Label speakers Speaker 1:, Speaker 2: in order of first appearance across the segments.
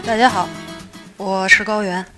Speaker 1: 大家好，我是高原。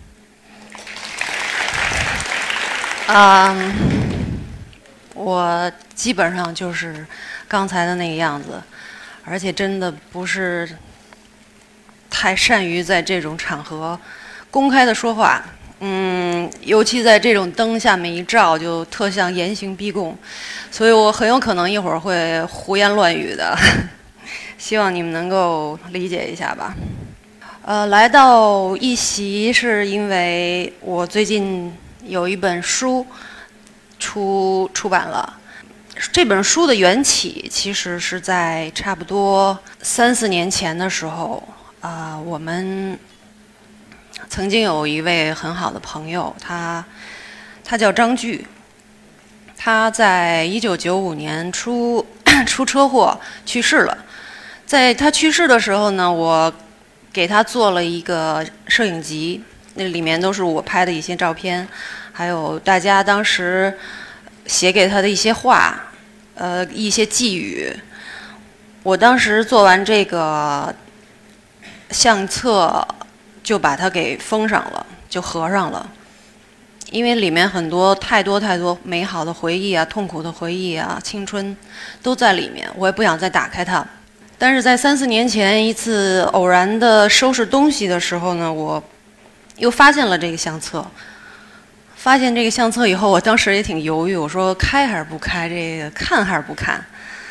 Speaker 1: 我基本上就是刚才的那个样子，而且真的不是太善于在这种场合公开的说话。尤其在这种灯下面一照，就特像严刑逼供，所以我很有可能一会儿会胡言乱语的，希望你们能够理解一下吧。来到一席是因为我最近有一本书出版了。这本书的缘起其实是在差不多3-4年前的时候，我们曾经有一位很好的朋友，他叫张炬，他在1995年出车祸去世了。在他去世的时候呢，我给他做了一个摄影集，那里面都是我拍的一些照片，还有大家当时写给他的一些话，一些寄语。我当时做完这个相册，就把它给封上了，就合上了，因为里面太多美好的回忆啊，痛苦的回忆啊，青春都在里面，我也不想再打开它。但是在3-4年前一次偶然的收拾东西的时候呢，我又发现了这个相册。发现这个相册以后，我当时也挺犹豫，我说开还是不开，这个看还是不看。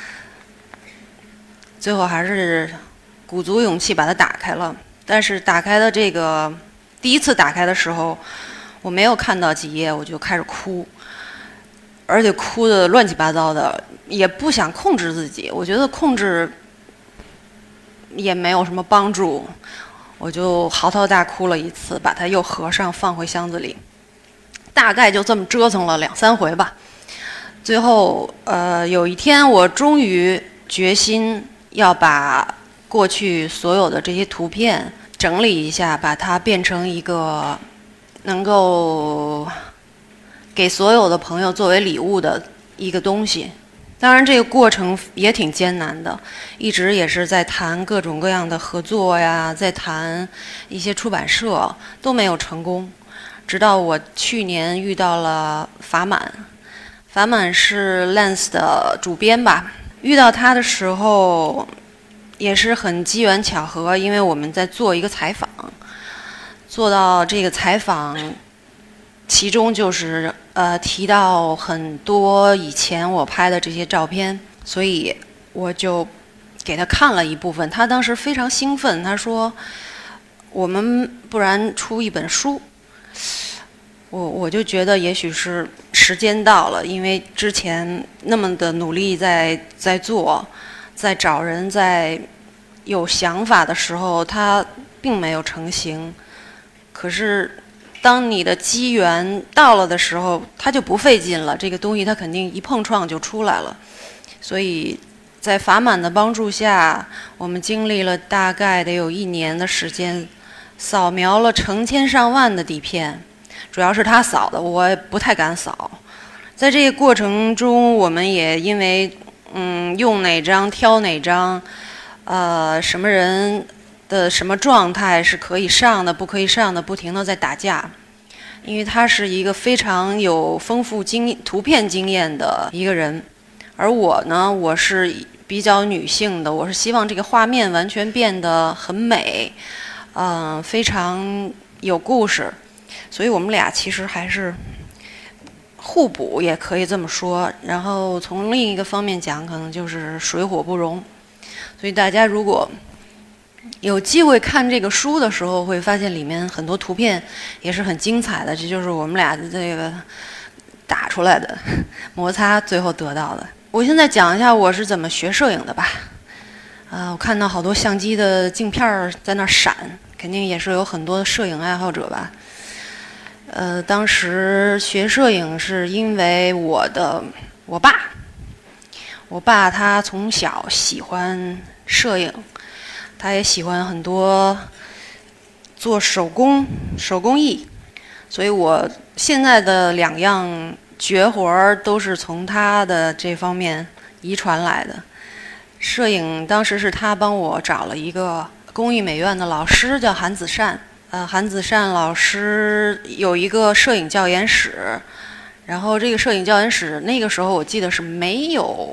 Speaker 1: 最后还是鼓足勇气把它打开了。但是打开的第一次打开的时候，我没有看到几页，我就开始哭，而且哭得乱七八糟的，也不想控制自己，我觉得控制也没有什么帮助，我就嚎啕大哭了一次，把它又合上放回箱子里，大概就这么折腾了2-3回吧。最后有一天我终于决心要把过去所有的这些图片整理一下，把它变成一个能够给所有的朋友作为礼物的一个东西。当然这个过程也挺艰难的，一直也是在谈各种各样的合作呀，在谈一些出版社，都没有成功。直到我去年遇到了法满是 Lens 的主编吧。遇到他的时候也是很机缘巧合，因为我们在做一个采访，做到这个采访其中就是提到很多以前我拍的这些照片，所以我就给他看了一部分。他当时非常兴奋，他说我们不然出一本书。我就觉得也许是时间到了，因为之前那么的努力在做，在找人，在有想法的时候，它并没有成型。可是当你的机缘到了的时候，它就不费劲了，这个东西它肯定一碰撞就出来了。所以在法满的帮助下，我们经历了大概得有1年的时间，扫描了成千上万的底片，主要是他扫的，我也不太敢扫。在这个过程中，我们也因为用哪张挑哪张，什么人的什么状态是可以上的，不可以上的，不停地在打架。因为他是一个非常有丰富图片经验的一个人，而我呢，我是比较女性的，我是希望这个画面完全变得很美，非常有故事，所以我们俩其实还是互补，也可以这么说。然后从另一个方面讲，可能就是水火不容。所以大家如果有机会看这个书的时候，会发现里面很多图片也是很精彩的，这就是我们俩的这个打出来的摩擦，最后得到的。我现在讲一下我是怎么学摄影的吧。我看到好多相机的镜片在那闪，肯定也是有很多摄影爱好者吧。当时学摄影是因为我爸他从小喜欢摄影，他也喜欢很多做手工艺，所以我现在的2样绝活都是从他的这方面遗传来的。摄影当时是他帮我找了一个工艺美院的老师叫韩子善。韩子善老师有一个摄影教研室，然后这个摄影教研室那个时候我记得是没有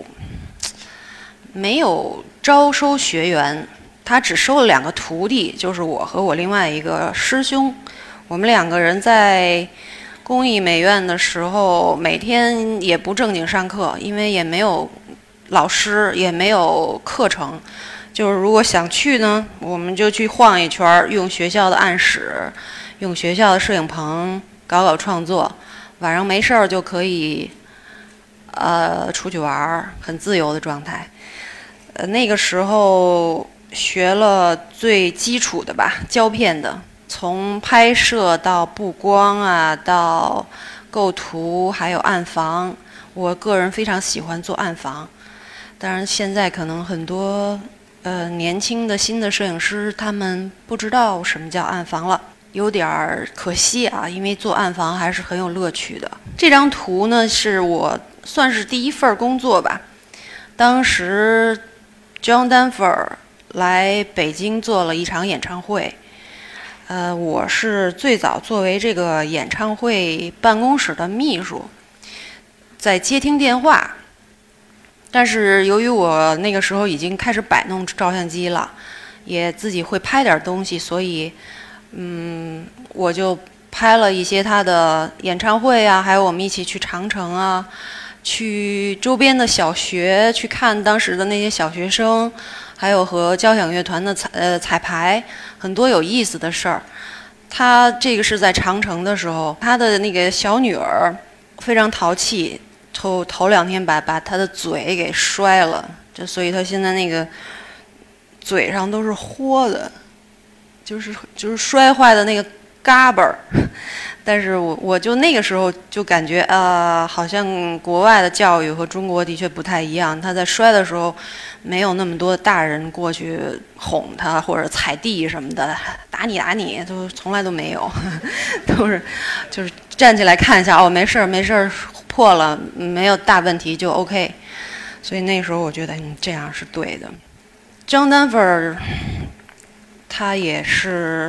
Speaker 1: 招收学员，他只收了2个徒弟，就是我和我另外一个师兄。我们2个人在工艺美院的时候，每天也不正经上课，因为也没有老师，也没有课程。就是如果想去呢，我们就去晃一圈，用学校的暗室，用学校的摄影棚搞创作。晚上没事儿就可以出去玩，很自由的状态。那个时候学了最基础的吧，胶片的，从拍摄到布光啊，到构图，还有暗房。我个人非常喜欢做暗房，当然现在可能很多年轻的新的摄影师他们不知道什么叫暗房了，有点可惜啊，因为做暗房还是很有乐趣的。这张图呢是我算是第一份工作吧，当时 John Denver 来北京做了一场演唱会，我是最早作为这个演唱会办公室的秘书，在接听电话。但是由于我那个时候已经开始摆弄照相机了，也自己会拍点东西，所以我就拍了一些他的演唱会啊，还有我们一起去长城啊，去周边的小学去看当时的那些小学生，还有和交响乐团的彩排，很多有意思的事儿。他这个是在长城的时候，他的那个小女儿非常淘气，头2天把他的嘴给摔了，所以他现在那个嘴上都是豁的，就是摔坏的那个嘎巴儿。但是我就那个时候就感觉好像国外的教育和中国的确不太一样。他在摔的时候，没有那么多大人过去哄他或者踩地什么的，打你，都从来都没有，都是就是站起来看一下，哦，没事儿，破了没有大问题就 OK。所以那时候我觉得这样是对的。John Denver 他也是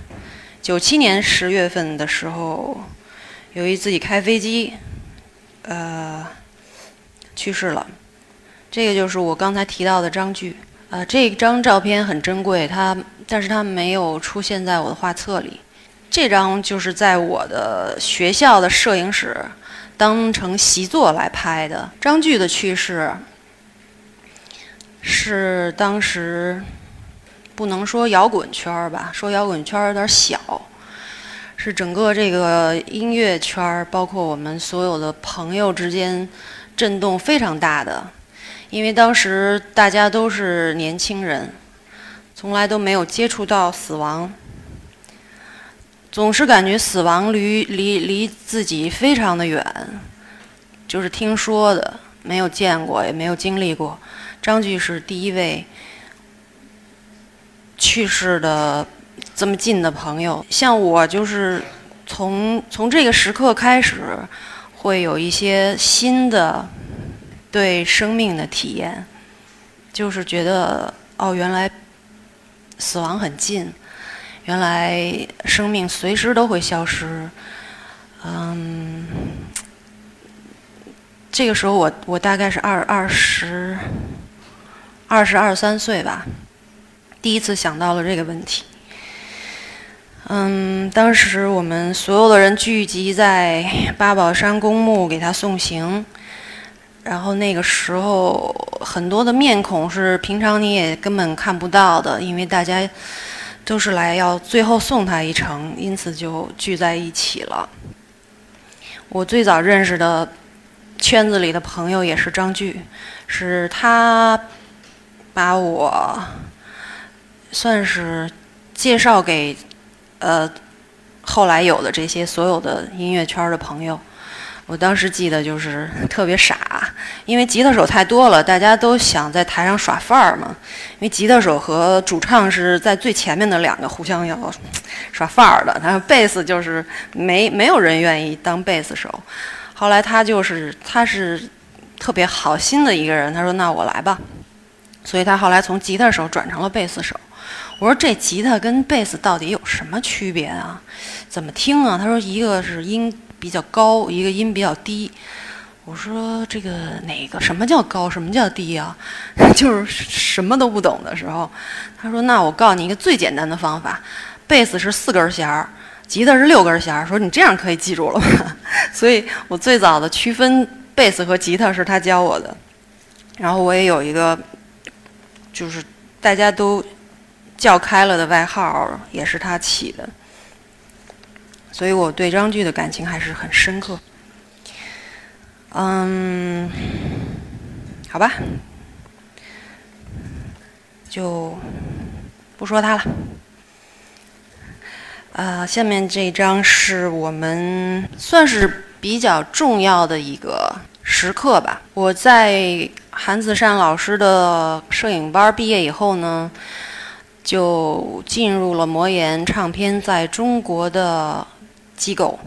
Speaker 1: 97年10月份的时候，由于自己开飞机，去世了。这个就是我刚才提到的张炬。这张照片很珍贵，但是它没有出现在我的画册里。这张就是在我的学校的摄影室当成习作来拍的。张炬的去世是当时不能说摇滚圈吧，说摇滚圈有点小，是整个这个音乐圈，包括我们所有的朋友之间震动非常大的。因为当时大家都是年轻人，从来都没有接触到死亡，总是感觉死亡离自己非常的远，就是听说的，没有见过，也没有经历过。张炬是第一位去世的这么近的朋友。像我就是从这个时刻开始，会有一些新的对生命的体验，就是觉得原来死亡很近，原来生命随时都会消失。这个时候我大概是22、23岁吧，第一次想到了这个问题。当时我们所有的人聚集在八宝山公墓给他送行。然后那个时候很多的面孔是平常你也根本看不到的，因为大家都是来要最后送他一程，因此就聚在一起了。我最早认识的圈子里的朋友也是张炬，是他把我算是介绍给后来有的这些所有的音乐圈的朋友。我当时记得就是特别傻，因为吉他手太多了，大家都想在台上耍范儿嘛。因为吉他手和主唱是在最前面的2个互相要耍范儿的，然后贝斯就是没有人愿意当贝斯手。后来他是特别好心的一个人，他说那我来吧，所以他后来从吉他手转成了贝斯手。 我说这吉他跟贝斯到底有什么区别啊？怎么听啊？他说一个是音比较高，一个音比较低。我说这个哪个什么叫高，什么叫低啊？就是什么都不懂的时候，他说那我告诉你一个最简单的方法，贝斯是4根弦儿，吉他是6根弦儿。说你这样可以记住了吧？所以我最早的区分贝斯和吉他是他教我的。然后我也有一个就是大家都叫开了的外号，也是他起的，所以我对张炬的感情还是很深刻。好吧，就不说他了。下面这张是我们算是比较重要的一个时刻吧。我在韩子善老师的摄影班毕业以后呢，就进入了魔岩唱片在中国的机构，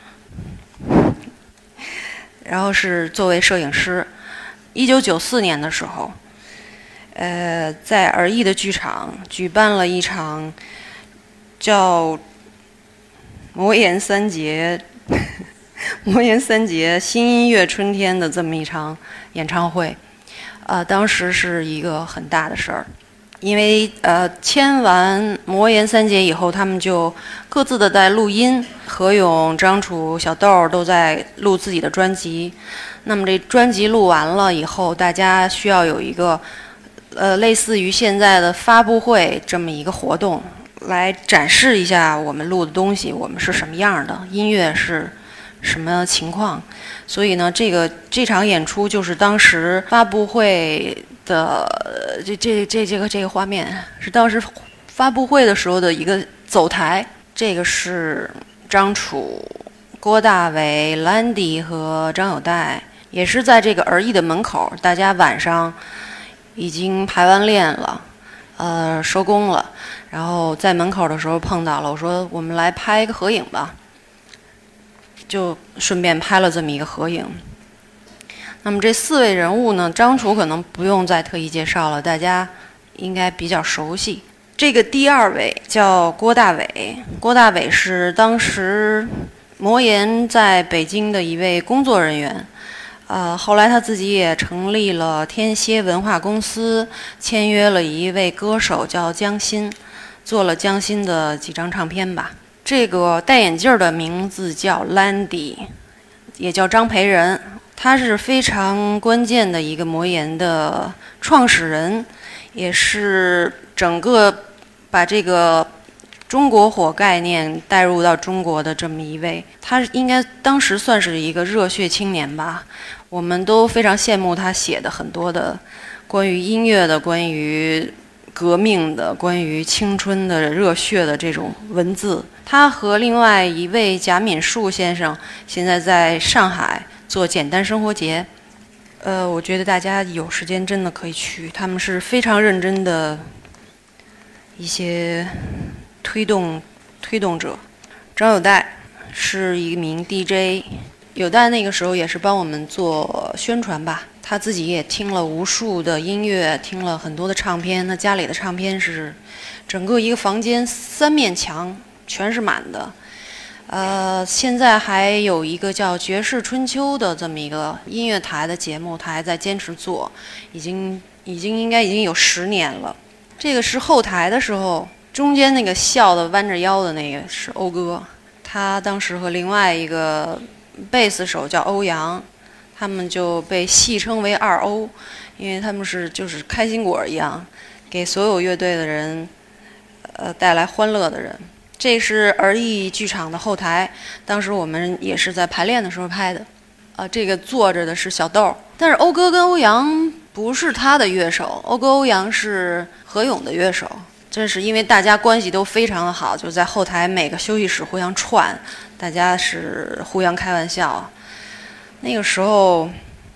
Speaker 1: 然后是作为摄影师。1994年的时候，在尔艺的剧场举办了一场叫魔岩三杰魔岩三杰新音乐春天的这么一场演唱会。当时是一个很大的事儿，因为签完魔岩三杰以后，他们就各自的在录音，何勇、张楚、小豆都在录自己的专辑。那么这专辑录完了以后，大家需要有一个类似于现在的发布会这么一个活动，来展示一下我们录的东西，我们是什么样的，音乐是什么情况。所以呢，这场演出就是当时发布会的这个画面，是当时发布会的时候的一个走台。这个是张楚、郭大伟、兰迪和张友代，也是在这个尔艺的门口，大家晚上已经排完练了，收工了，然后在门口的时候碰到了，我说我们来拍一个合影吧，就顺便拍了这么一个合影。那么这4位人物呢，张楚可能不用再特意介绍了，大家应该比较熟悉。这个第2位叫郭大伟，郭大伟是当时魔岩在北京的一位工作人员。后来他自己也成立了天蝎文化公司，签约了一位歌手叫江欣，做了江欣的几张唱片吧。这个戴眼镜的名字叫 Landy， 也叫张培仁，他是非常关键的一个魔岩的创始人，也是整个把这个中国火概念带入到中国的这么一位，他应该当时算是一个热血青年吧。我们都非常羡慕他写的很多的关于音乐的、关于革命的、关于青春的热血的这种文字。他和另外一位贾敏树先生现在在上海做简单生活节。我觉得大家有时间真的可以去，他们是非常认真的一些推动者。张友代是一名 DJ， 友代那个时候也是帮我们做宣传吧，他自己也听了无数的音乐，听了很多的唱片，他家里的唱片是整个一个房间3面墙全是满的。现在还有一个叫爵士春秋的这么一个音乐台的节目，他还在坚持做，应该已经有10年了。这个是后台的时候，中间那个笑的弯着腰的那个是欧哥，他当时和另外一个贝斯手叫欧阳，他们就被戏称为2欧，因为他们是就是开心果一样，给所有乐队的人带来欢乐的人。这是尔艺剧场的后台，当时我们也是在排练的时候拍的。这个坐着的是小豆，但是欧哥跟欧阳不是他的乐手，欧哥欧阳是何勇的乐手。这是因为大家关系都非常的好，就在后台每个休息室互相串，大家是互相开玩笑。那个时候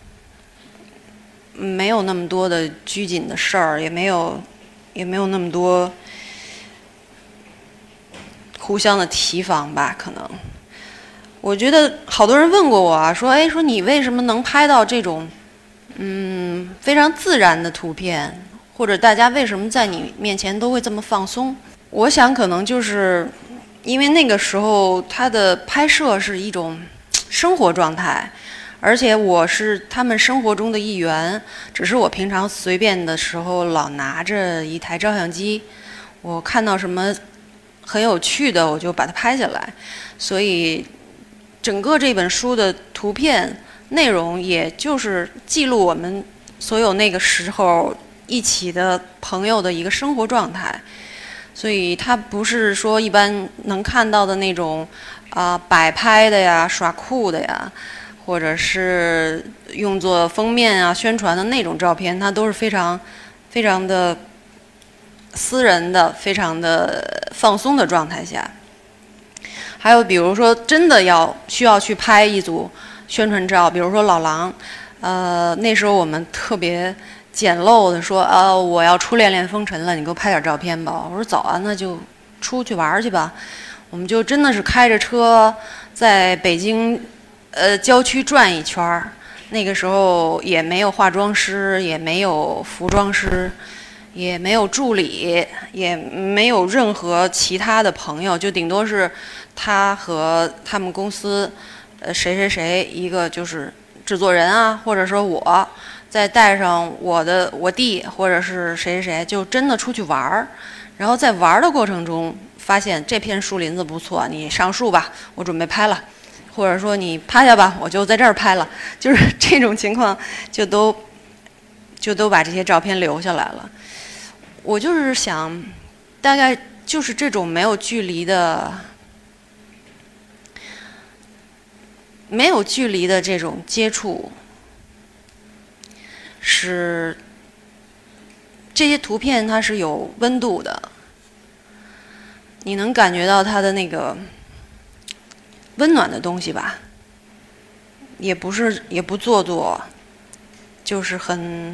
Speaker 1: 没有那么多的拘谨的事儿，也没有那么多互相的提防吧。可能我觉得好多人问过我啊，说你为什么能拍到这种非常自然的图片， 或者大家为什么在你面前都会这么放松？我想可能就是因为那个时候他的拍摄是一种生活状态，而且我是他们生活中的一员，只是我平常随便的时候老拿着一台照相机，我看到什么很有趣的我就把它拍下来，所以整个这本书的图片内容也就是记录我们所有那个时候一起的朋友的一个生活状态，所以它不是说一般能看到的那种摆拍的呀、耍酷的呀，或者是用作封面啊、宣传的那种照片，它都是非常非常的私人的、非常的放松的状态下。还有比如说真的需要去拍一组宣传照，比如说老狼，那时候我们特别简陋的说，我要出恋恋风尘了，你给我拍点照片吧。我说走啊，那就出去玩去吧。我们就真的是开着车在北京郊区转一圈儿。那个时候也没有化妆师，也没有服装师，也没有助理，也没有任何其他的朋友，就顶多是他和他们公司谁谁谁，一个就是制作人啊，或者说我再带上我弟或者是谁谁谁，就真的出去玩儿。然后在玩的过程中发现这片树林子不错，你上树吧，我准备拍了，或者说你趴下吧，我就在这儿拍了，就是这种情况就都把这些照片留下来了。我就是想，大概就是这种没有距离的这种接触，是这些图片它是有温度的，你能感觉到它的那个温暖的东西吧，也不做作，就是很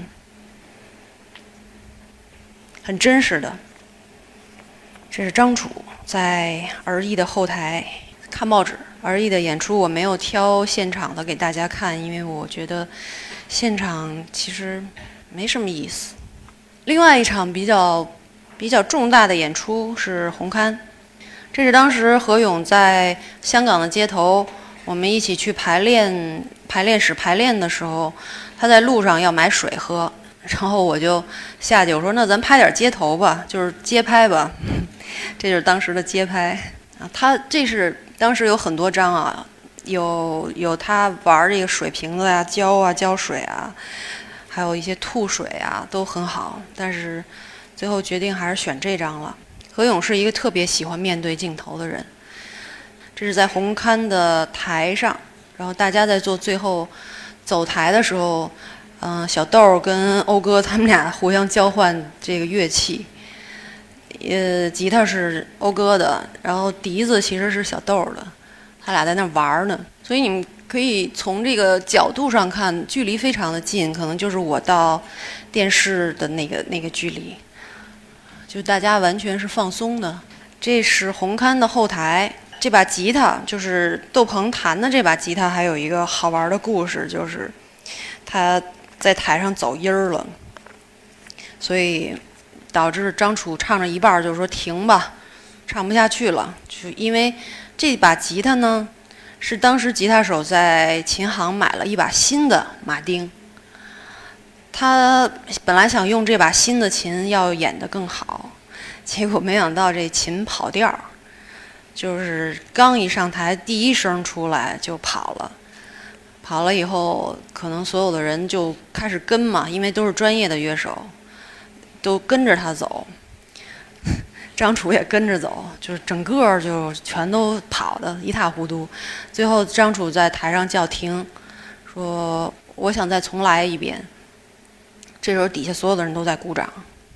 Speaker 1: 真实的。这是张楚在儿艺的后台看报纸。儿艺的演出我没有挑现场的给大家看，因为我觉得现场其实没什么意思。另外一场比较重大的演出是红磡，这是当时何勇在香港的街头，我们一起去排练室排练的时候，他在路上要买水喝，然后我就下去，我说那咱拍点街头吧，就是街拍吧，这就是当时的街拍啊。这是当时有很多张啊，有他玩这个水瓶子啊、胶水啊，还有一些吐水啊，都很好，但是最后决定还是选这张了。何勇是一个特别喜欢面对镜头的人，这是在红磡的台上，然后大家在做最后走台的时候，小豆跟欧哥他们俩互相交换这个乐器，吉他是欧哥的，然后笛子其实是小豆的，他俩在那玩呢。所以你们可以从这个角度上看，距离非常的近，可能就是我到电视的那个距离，就大家完全是放松的。这是红磡的后台，这把吉他就是窦鹏弹的这把吉他，还有一个好玩的故事，就是他在台上走音儿了，所以导致张楚唱着一半就说停吧，唱不下去了。就因为这把吉他呢，是当时吉他手在琴行买了一把新的马丁，他本来想用这把新的琴要演得更好，结果没想到这琴跑调，就是刚一上台第一声出来就跑了。跑了以后，可能所有的人就开始跟嘛，因为都是专业的乐手，都跟着他走。张楚也跟着走，就是整个就全都跑得一塌糊涂。最后张楚在台上叫停，说我想再重来一遍。这时候底下所有的人都在鼓掌。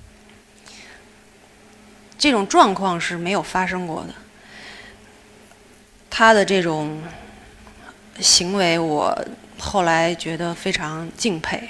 Speaker 1: 这种状况是没有发生过的。他的这种行为，我后来觉得非常敬佩。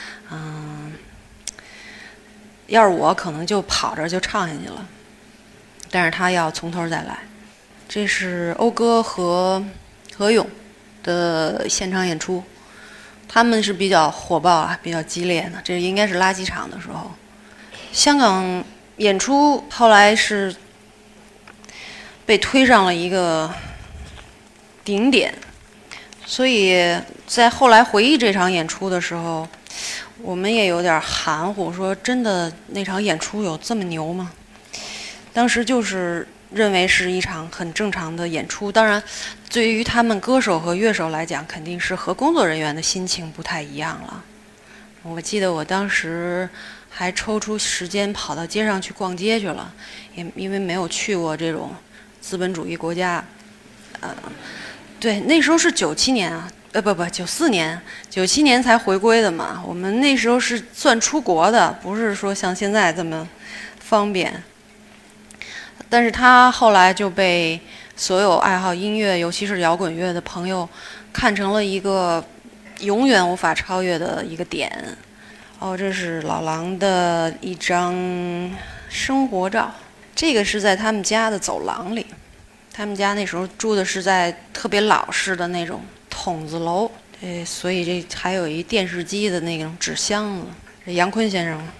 Speaker 1: 要是我可能就跑着就唱下去了，但是他要从头再来。这是讴歌和何勇的现场演出，他们是比较火爆啊，比较激烈的。这应该是垃圾场的时候， 香港演出后来是被推上了一个顶点，所以在后来回忆这场演出的时候，我们也有点含糊，说真的那场演出有这么牛吗？当时就是认为是一场很正常的演出，当然对于他们歌手和乐手来讲，肯定是和工作人员的心情不太一样了。我记得我当时还抽出时间跑到街上去逛街去了，也因为没有去过这种资本主义国家。对，那时候是97年啊，94年，97年才回归的嘛。我们那时候是算出国的，不是说像现在这么方便。但是他后来就被所有爱好音乐，尤其是摇滚乐的朋友，看成了一个永远无法超越的一个点。哦，这是老狼的一张生活照，这个是在他们家的走廊里。他们家那时候住的是在特别老式的那种筒子楼，所以这还有一电视机的那种纸箱子。这杨坤先生，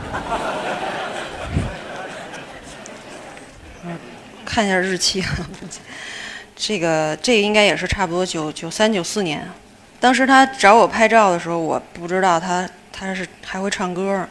Speaker 1: 看一下日期啊，这个应该也是差不多93、94年。当时他找我拍照的时候，我不知道他是还会唱歌，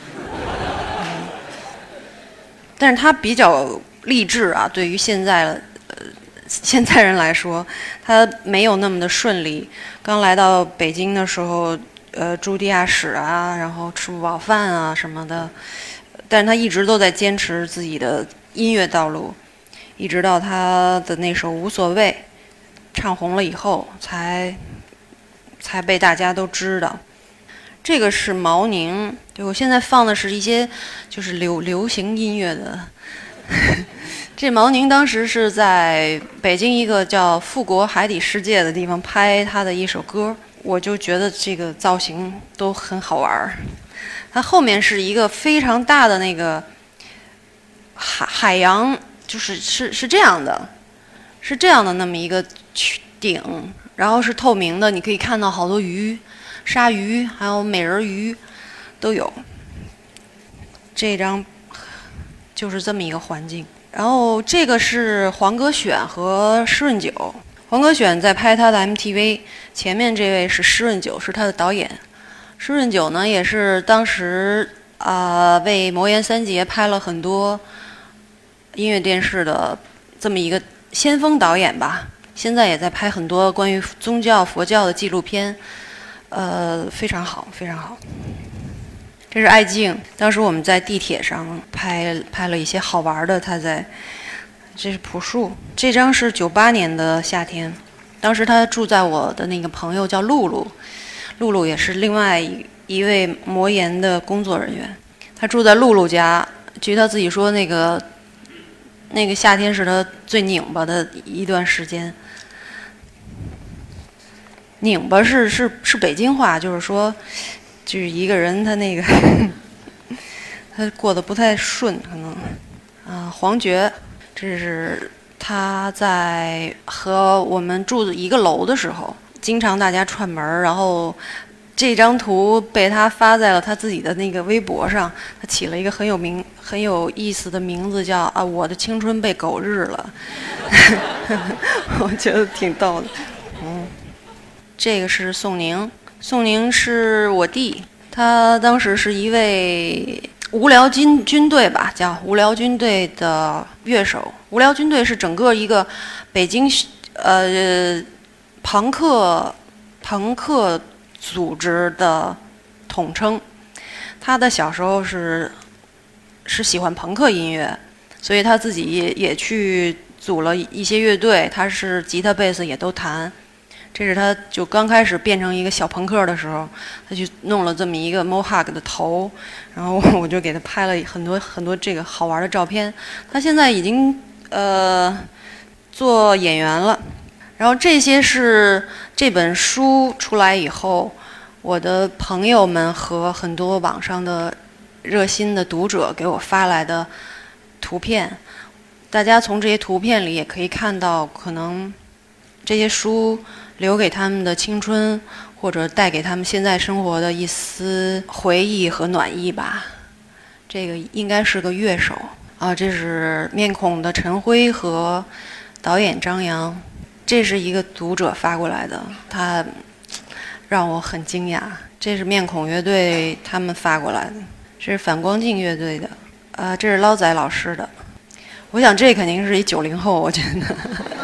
Speaker 1: 但是他比较励志啊。对于现在人来说，他没有那么的顺利。刚来到北京的时候，住地下室啊，然后吃不饱饭啊什么的，但是他一直都在坚持自己的音乐道路，一直到他的那首《无所谓》唱红了以后，才被大家都知道。这个是毛宁，对，我现在放的是一些就是流行音乐的。这毛宁当时是在北京一个叫富国海底世界的地方拍他的一首歌，我就觉得这个造型都很好玩。它后面是一个非常大的那个海洋，是这样的，是这样的那么一个顶，然后是透明的，你可以看到好多鱼，鲨鱼还有美人鱼都有。这张就是这么一个环境。然后这个是黄格选和施润九，黄格选在拍他的 MTV， 前面这位是施润九，是他的导演。施润九呢也是当时为魔岩三杰拍了很多音乐电视的这么一个先锋导演吧，现在也在拍很多关于宗教佛教的纪录片，非常好，非常好。这是艾静，当时我们在地铁上拍了一些好玩的，这是朴树。这张是98年的夏天，当时他住在我的那个朋友叫露露，露露也是另外一位魔岩的工作人员，他住在露露家。据他自己说，那个夏天是他最拧巴的一段时间。拧巴是北京话，就是说。就是一个人他那个他过得不太顺，可能黄觉，这是他在和我们住一个楼的时候，经常大家串门，然后这张图被他发在了他自己的那个微博上，他起了一个很有意思的名字，叫我的青春被狗日了。我觉得挺逗的。这个是宋宁。宋宁是我弟，他当时是一位无聊军队吧，叫无聊军队的乐手。无聊军队是整个一个北京朋克组织的统称。他的小时候是喜欢朋克音乐，所以他自己也去组了一些乐队，他是吉他贝斯也都弹。这是他就刚开始变成一个小朋克的时候，他去弄了这么一个 Mohawk 的头，然后我就给他拍了很多这个好玩的照片。他现在已经做演员了。然后这些是这本书出来以后，我的朋友们和很多网上的热心的读者给我发来的图片。大家从这些图片里也可以看到，可能这些书留给他们的青春，或者带给他们现在生活的一丝回忆和暖意吧。 这个应该是个乐手啊。这是面孔的陈辉和导演张扬，这是一个读者发过来的，他让我很惊讶。这是面孔乐队他们发过来的，这是反光镜乐队的，这是捞仔老师的。我想这肯定是一90后，我觉得。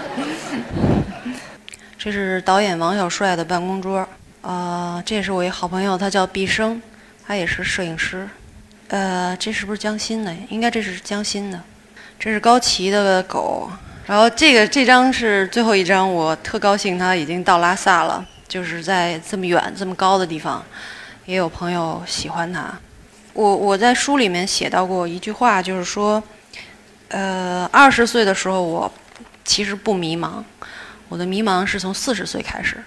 Speaker 1: 这是导演王小帅的办公桌，这也是我一好朋友，他叫毕生，他也是摄影师。这是不是江心的？应该这是江心的。这是高旗的狗。然后这张是最后一张，我特高兴，他已经到拉萨了，就是在这么远这么高的地方，也有朋友喜欢他。我在书里面写到过一句话，就是说，20岁的时候我其实不迷茫，我的迷茫是从40岁开始。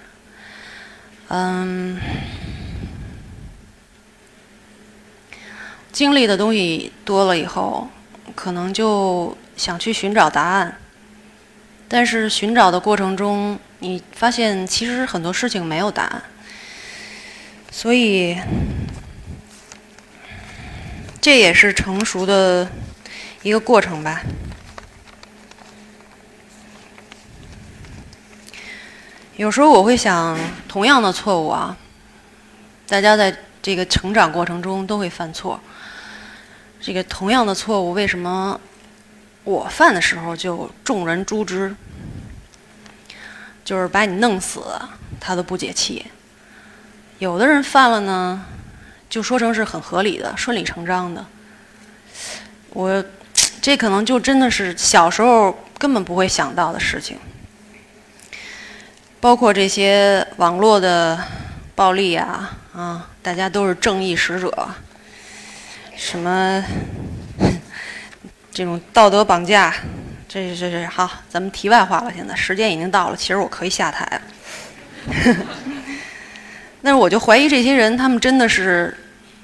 Speaker 1: 经历的东西多了以后，可能就想去寻找答案。但是寻找的过程中，你发现其实很多事情没有答案，所以这也是成熟的一个过程吧。有时候我会想，同样的错误啊，大家在这个成长过程中都会犯错。这个同样的错误，为什么我犯的时候就众人诛之？就是把你弄死，他都不解气。有的人犯了呢，就说成是很合理的、顺理成章的。这可能就真的是小时候根本不会想到的事情。包括这些网络的暴力啊，大家都是正义使者，什么这种道德绑架，这是好，咱们题外话了。现在时间已经到了，其实我可以下台了。但是我就怀疑这些人，他们真的是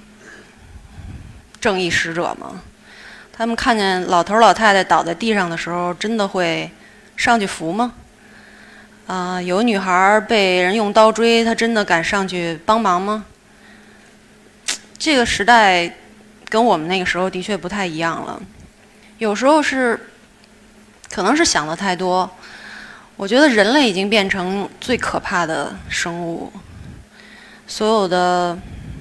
Speaker 1: 正义使者吗？他们看见老头老太太倒在地上的时候，真的会上去扶吗？有女孩被人用刀追，他真的敢上去帮忙吗？这个时代跟我们那个时候的确不太一样了。有时候可能是想的太多。我觉得人类已经变成最可怕的生物，所有的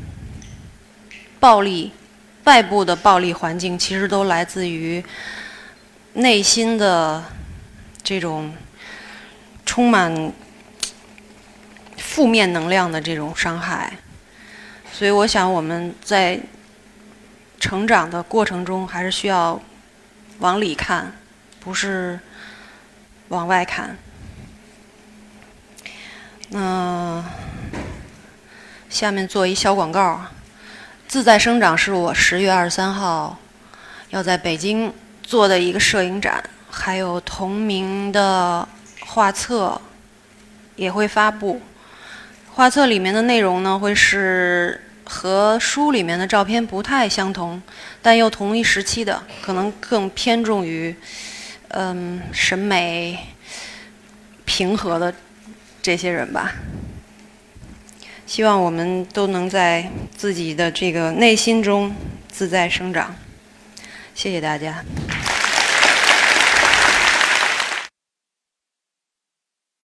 Speaker 1: 暴力，外部的暴力环境，其实都来自于内心的这种充满负面能量的这种伤害。所以我想我们在成长的过程中还是需要往里看，不是往外看。下面做一小广告。自在生长是我10月23号要在北京做的一个摄影展，还有同名的画册也会发布。画册里面的内容呢，会是和书里面的照片不太相同，但又同一时期的，可能更偏重于审美平和的这些人吧。希望我们都能在自己的这个内心中自在生长。谢谢大家。